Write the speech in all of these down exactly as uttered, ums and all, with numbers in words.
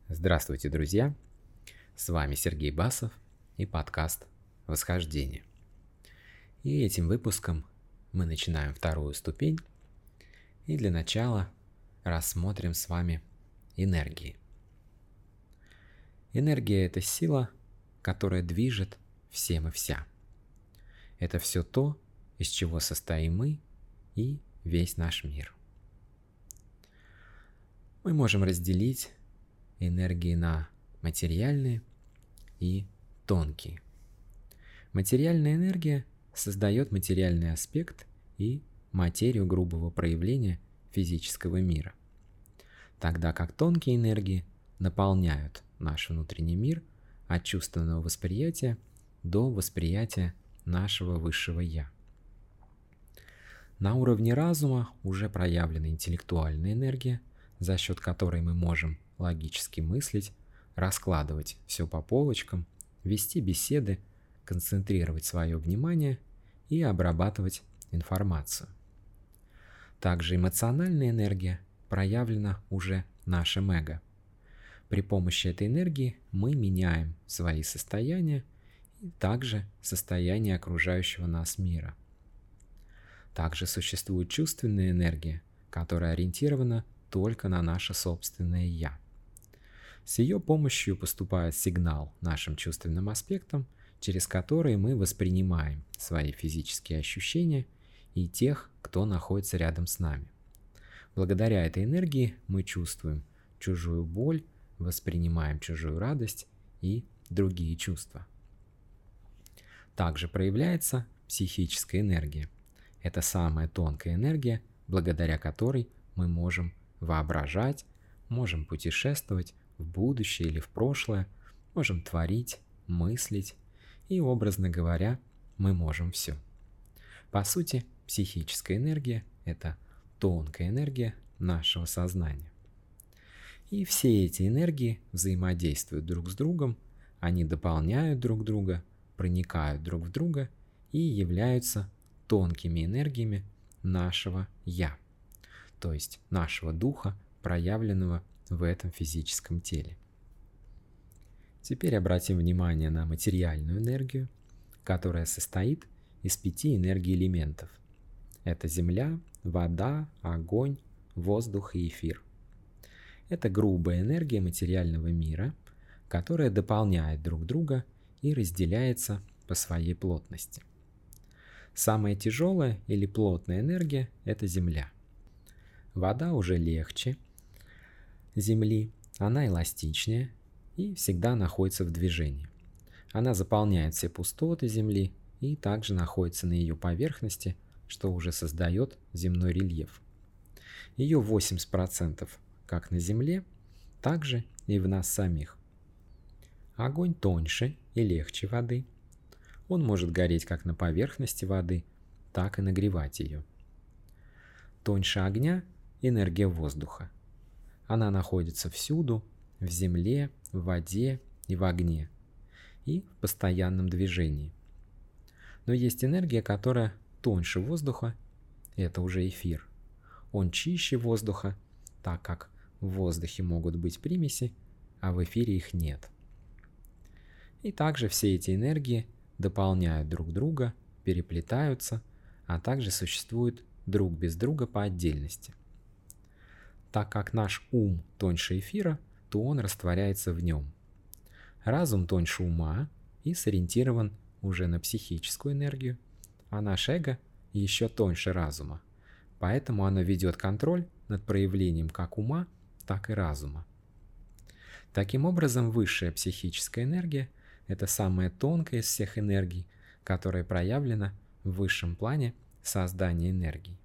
Здравствуйте, друзья! С вами Сергей Басов и подкаст «Восхождение». И этим выпуском мы начинаем вторую ступень. И для начала рассмотрим с вами энергии. Энергия – это сила, которая движет всем и вся. Это все то, из чего состоим мы и весь наш мир. Мы можем разделить энергии на материальные и тонкие. Материальная энергия создает материальный аспект и материю грубого проявления физического мира, тогда как тонкие энергии наполняют наш внутренний мир от чувственного восприятия до восприятия нашего высшего «Я». На уровне разума уже проявлена интеллектуальная энергия, за счет которой мы можем логически мыслить, раскладывать все по полочкам, вести беседы, концентрировать свое внимание и обрабатывать информацию. Также эмоциональная энергия проявлена уже нашим эго. При помощи этой энергии мы меняем свои состояния и также состояние окружающего нас мира. Также существует чувственная энергия, которая ориентирована только на наше собственное «Я». С ее помощью поступает сигнал нашим чувственным аспектам, через которые мы воспринимаем свои физические ощущения и тех, кто находится рядом с нами. Благодаря этой энергии мы чувствуем чужую боль, воспринимаем чужую радость и другие чувства. Также проявляется психическая энергия. Это самая тонкая энергия, благодаря которой мы можем воображать, можем путешествовать в будущее или в прошлое, можем творить, мыслить и, образно говоря, мы можем все. По сути, психическая энергия – это тонкая энергия нашего сознания. И все эти энергии взаимодействуют друг с другом, они дополняют друг друга, проникают друг в друга и являются тонкими энергиями нашего «Я», то есть нашего духа, проявленного в этом физическом теле. Теперь обратим внимание на материальную энергию, которая состоит из пяти энергий элементов. Это земля, вода, огонь, воздух и эфир. Это грубая энергия материального мира, которая дополняет друг друга и разделяется по своей плотности. Самая тяжелая или плотная энергия – это земля. Вода уже легче Земли, она эластичнее и всегда находится в движении. Она заполняет все пустоты Земли и также находится на ее поверхности, что уже создает земной рельеф. Ее восемьдесят процентов как на Земле, так же и в нас самих. Огонь тоньше и легче воды. Он может гореть как на поверхности воды, так и нагревать ее. Тоньше огня – энергия воздуха. Она находится всюду, в земле, в воде и в огне, и в постоянном движении. Но есть энергия, которая тоньше воздуха, это уже эфир. Он чище воздуха, так как в воздухе могут быть примеси, а в эфире их нет. И также все эти энергии дополняют друг друга, переплетаются, а также существуют друг без друга по отдельности. Так как наш ум тоньше эфира, то он растворяется в нем. Разум тоньше ума и сориентирован уже на психическую энергию, а наше эго еще тоньше разума, поэтому оно ведет контроль над проявлением как ума, так и разума. Таким образом, высшая психическая энергия – это самая тонкая из всех энергий, которая проявлена в высшем плане создания энергии.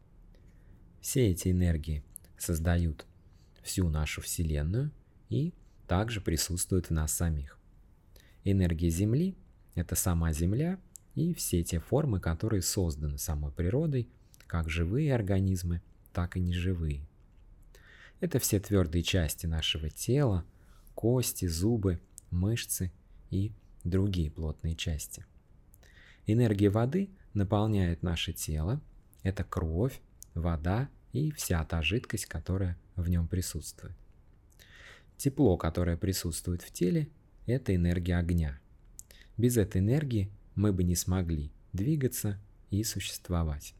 Все эти энергии создают всю нашу Вселенную и также присутствуют в нас самих. Энергия Земли – это сама Земля и все те формы, которые созданы самой природой, как живые организмы, так и неживые. Это все твердые части нашего тела, кости, зубы, мышцы и другие плотные части. Энергия воды наполняет наше тело – это кровь, вода и вся та жидкость, которая в нем присутствует. Тепло, которое присутствует в теле, это энергия огня. Без этой энергии мы бы не смогли двигаться и существовать.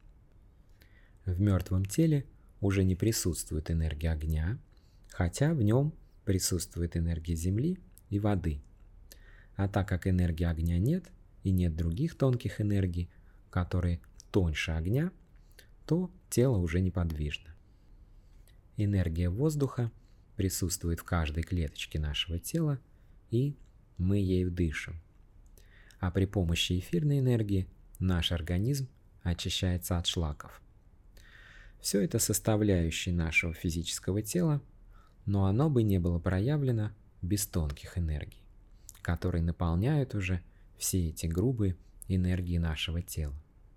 В мертвом теле уже не присутствует энергия огня, хотя в нем присутствует энергия земли и воды. А так как энергии огня нет и нет других тонких энергий, которые тоньше огня, то тело уже неподвижно. Энергия воздуха присутствует в каждой клеточке нашего тела, и мы ею дышим. А при помощи эфирной энергии наш организм очищается от шлаков. Все это составляющие нашего физического тела, но оно бы не было проявлено без тонких энергий, которые наполняют уже все эти грубые энергии нашего тела.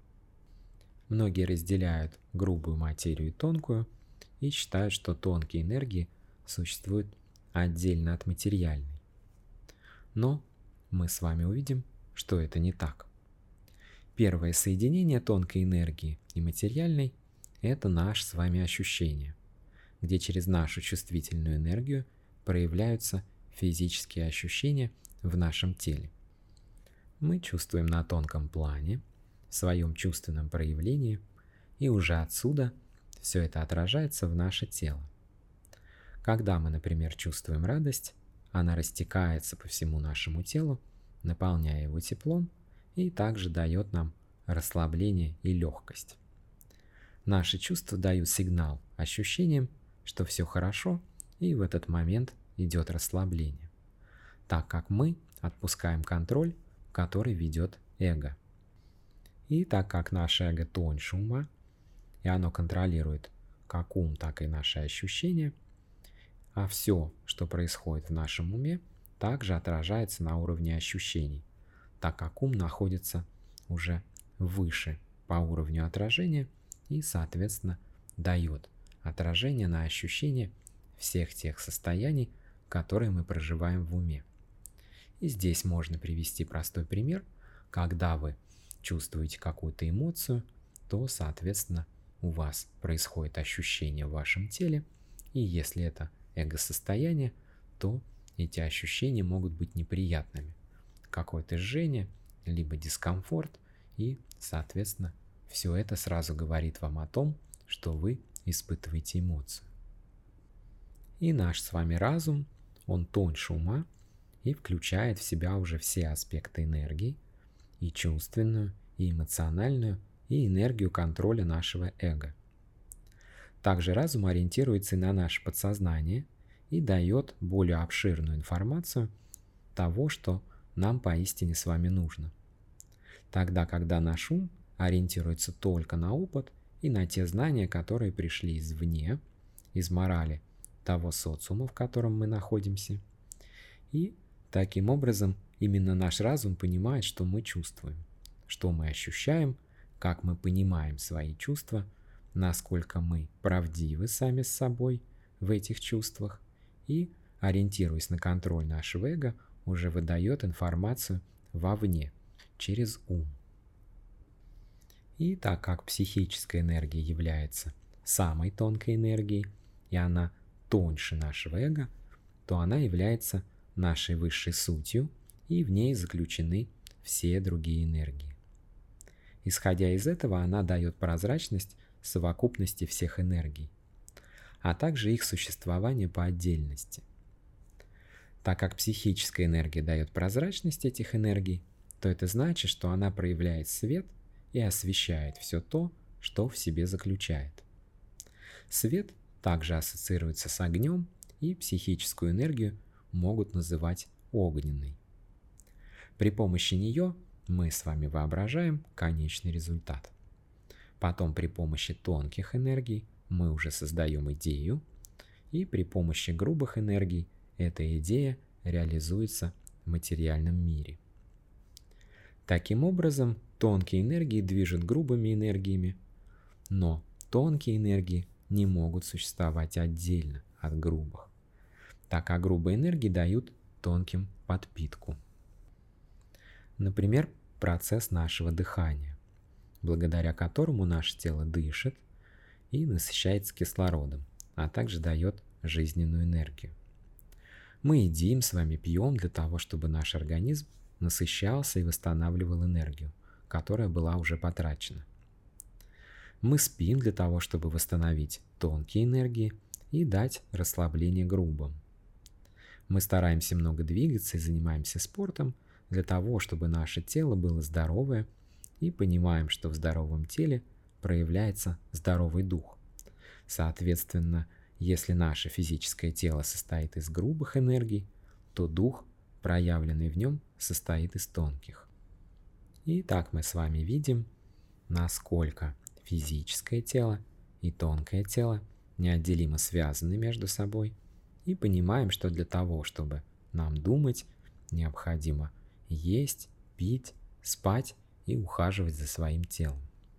Многие разделяют грубую материю и тонкую и считают, что тонкие энергии существуют отдельно от материальной. Но мы с вами увидим, что это не так. Первое соединение тонкой энергии и материальной – это наше с вами ощущение, где через нашу чувствительную энергию проявляются физические ощущения в нашем теле. Мы чувствуем на тонком плане, в своем чувственном проявлении, и уже отсюда все это отражается в наше тело. Когда мы, например, чувствуем радость, она растекается по всему нашему телу, наполняя его теплом, и также дает нам расслабление и легкость. Наши чувства дают сигнал ощущениям, что все хорошо, и в этот момент идет расслабление, так как мы отпускаем контроль, который ведет эго. И так как наше эго тоньше ума, и оно контролирует как ум, так и наши ощущения, а все, что происходит в нашем уме, также отражается на уровне ощущений, так как ум находится уже выше по уровню отражения и, соответственно, дает отражение на ощущение всех тех состояний, которые мы проживаем в уме. И здесь можно привести простой пример. Когда вы чувствуете какую-то эмоцию, то, соответственно, у вас происходит ощущение в вашем теле, и если это эго-состояние, то эти ощущения могут быть неприятными. Какое-то жжение, либо дискомфорт, и, соответственно, все это сразу говорит вам о том, что вы испытываете эмоцию. И наш с вами разум, он тоньше ума и включает в себя уже все аспекты энергии, и чувственную, и эмоциональную, и энергию контроля нашего эго. Также разум ориентируется и на наше подсознание и дает более обширную информацию того, что нам поистине с вами нужно. Тогда, когда наш ум ориентируется только на опыт и на те знания, которые пришли извне, из морали того социума, в котором мы находимся. И таким образом именно наш разум понимает, что мы чувствуем, что мы ощущаем, как мы понимаем свои чувства, насколько мы правдивы сами с собой в этих чувствах, и, ориентируясь на контроль нашего эго, уже выдает информацию вовне, через ум. И так как психическая энергия является самой тонкой энергией, и она тоньше нашего эго, то она является нашей высшей сутью, и в ней заключены все другие энергии. Исходя из этого, она дает прозрачность совокупности всех энергий, а также их существование по отдельности. Так как психическая энергия дает прозрачность этих энергий, то это значит, что она проявляет свет и освещает все то, что в себе заключает. Свет также ассоциируется с огнем, и психическую энергию могут называть огненной. При помощи нее мы с вами воображаем конечный результат. Потом при помощи тонких энергий мы уже создаем идею, и при помощи грубых энергий эта идея реализуется в материальном мире. Таким образом, тонкие энергии движут грубыми энергиями, но тонкие энергии не могут существовать отдельно от грубых, так как грубые энергии дают тонким подпитку. Например, процесс нашего дыхания, благодаря которому наше тело дышит и насыщается кислородом, а также дает жизненную энергию. Мы едим с вами, пьем для того, чтобы наш организм насыщался и восстанавливал энергию, которая была уже потрачена. Мы спим для того, чтобы восстановить тонкие энергии и дать расслабление грубым. Мы стараемся много двигаться и занимаемся спортом для того, чтобы наше тело было здоровое, и понимаем, что в здоровом теле проявляется здоровый дух. Соответственно, если наше физическое тело состоит из грубых энергий, то дух, проявленный в нем, состоит из тонких. И так мы с вами видим, насколько физическое тело и тонкое тело неотделимо связаны между собой, и понимаем, что для того, чтобы нам думать, необходимо есть, пить, спать и ухаживать за своим телом.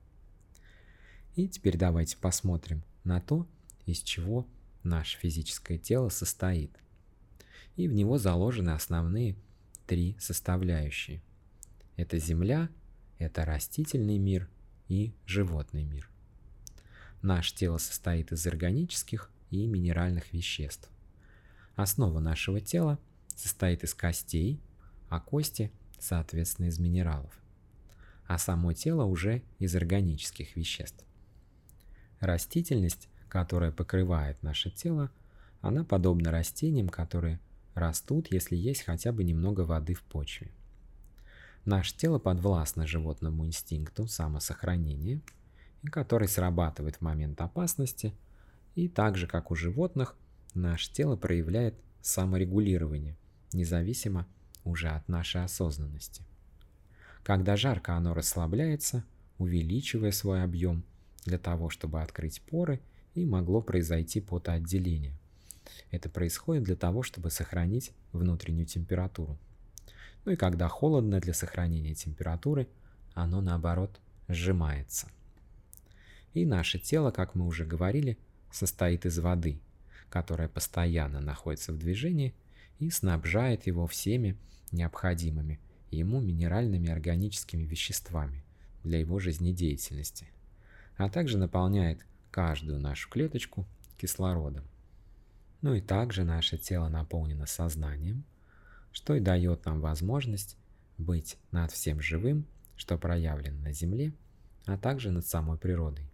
И теперь давайте посмотрим на то, из чего наше физическое тело состоит. И в него заложены основные три составляющие. Это Земля, это растительный мир и животный мир. Наше тело состоит из органических и минеральных веществ. Основа нашего тела состоит из костей, а кости, соответственно, из минералов. А само тело уже из органических веществ. Растительность, которая покрывает наше тело, она подобна растениям, которые растут, если есть хотя бы немного воды в почве. Наше тело подвластно животному инстинкту самосохранения, который срабатывает в момент опасности, и так же, как у животных, наше тело проявляет саморегулирование, независимо уже от нашей осознанности. Когда жарко, оно расслабляется, увеличивая свой объем для того, чтобы открыть поры, и могло произойти потоотделение. Это происходит для того, чтобы сохранить внутреннюю температуру. Ну и когда холодно, для сохранения температуры, оно наоборот сжимается. И наше тело, как мы уже говорили, состоит из воды, которая постоянно находится в движении и снабжает его всеми необходимыми ему минеральными и органическими веществами для его жизнедеятельности, а также наполняет каждую нашу клеточку кислородом. Ну и также наше тело наполнено сознанием, что и дает нам возможность быть над всем живым, что проявлено на Земле, а также над самой природой.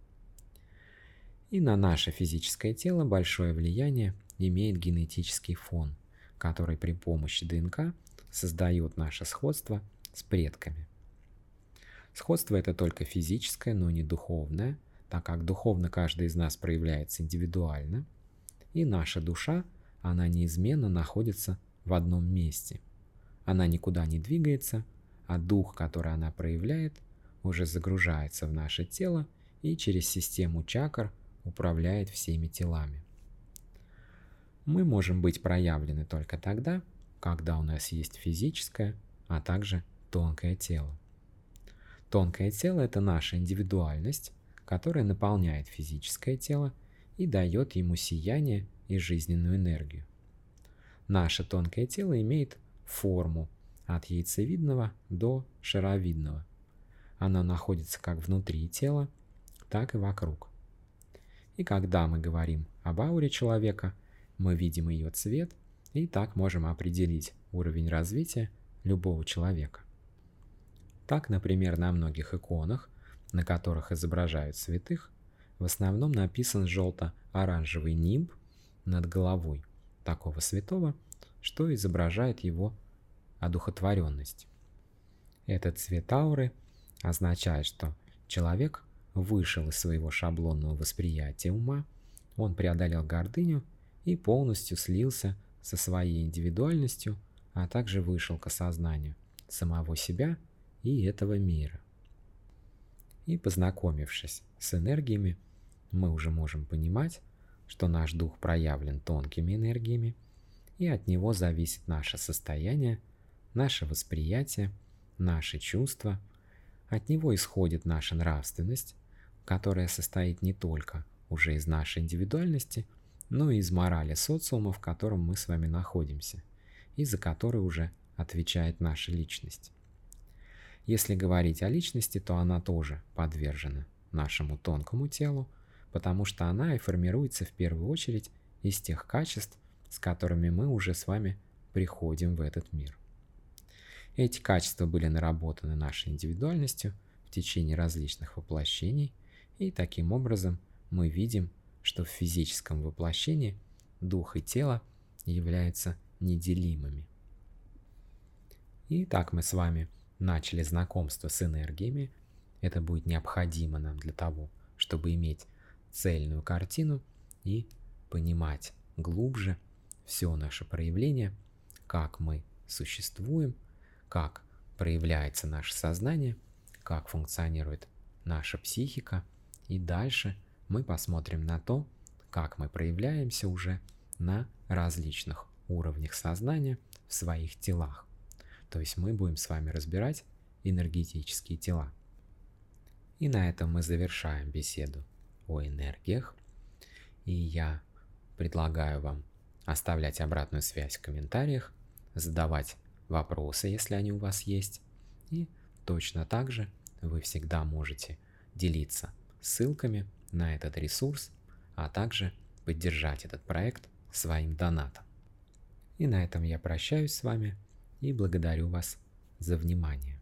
И на наше физическое тело большое влияние имеет генетический фон, который при помощи ДНК создает наше сходство с предками. Сходство это только физическое, но не духовное, так как духовно каждый из нас проявляется индивидуально, и наша душа, она неизменно находится в одном месте. Она никуда не двигается, а дух, который она проявляет, уже загружается в наше тело и через систему чакр управляет всеми телами. Мы можем быть проявлены только тогда, когда у нас есть физическое, а также тонкое тело. Тонкое тело – это наша индивидуальность, которая наполняет физическое тело и дает ему сияние и жизненную энергию. Наше тонкое тело имеет форму от яйцевидного до шаровидного. Оно находится как внутри тела, так и вокруг. И когда мы говорим об ауре человека, мы видим ее цвет и так можем определить уровень развития любого человека. Так, например, на многих иконах, на которых изображают святых, в основном написан желто-оранжевый нимб над головой такого святого, что изображает его одухотворенность. Этот цвет ауры означает, что человек вышел из своего шаблонного восприятия ума, он преодолел гордыню и полностью слился со своей индивидуальностью, а также вышел к осознанию самого себя и этого мира. И познакомившись с энергиями, мы уже можем понимать, что наш дух проявлен тонкими энергиями, и от него зависит наше состояние, наше восприятие, наши чувства, от него исходит наша нравственность, которая состоит не только уже из нашей индивидуальности, но и из морали социума, в котором мы с вами находимся, и за который уже отвечает наша личность. Если говорить о личности, то она тоже подвержена нашему тонкому телу, потому что она и формируется в первую очередь из тех качеств, с которыми мы уже с вами приходим в этот мир. Эти качества были наработаны нашей индивидуальностью в течение различных воплощений, и таким образом мы видим, что в физическом воплощении дух и тело являются неделимыми. И так мы с вами начали знакомство с энергиями. Это будет необходимо нам для того, чтобы иметь цельную картину и понимать глубже все наше проявление, как мы существуем, как проявляется наше сознание, как функционирует наша психика. И дальше мы посмотрим на то, как мы проявляемся уже на различных уровнях сознания в своих телах. То есть мы будем с вами разбирать энергетические тела. И на этом мы завершаем беседу о энергиях. И я предлагаю вам оставлять обратную связь в комментариях, задавать вопросы, если они у вас есть. И точно так же вы всегда можете делиться ссылками на этот ресурс, а также поддержать этот проект своим донатом. И на этом я прощаюсь с вами и благодарю вас за внимание.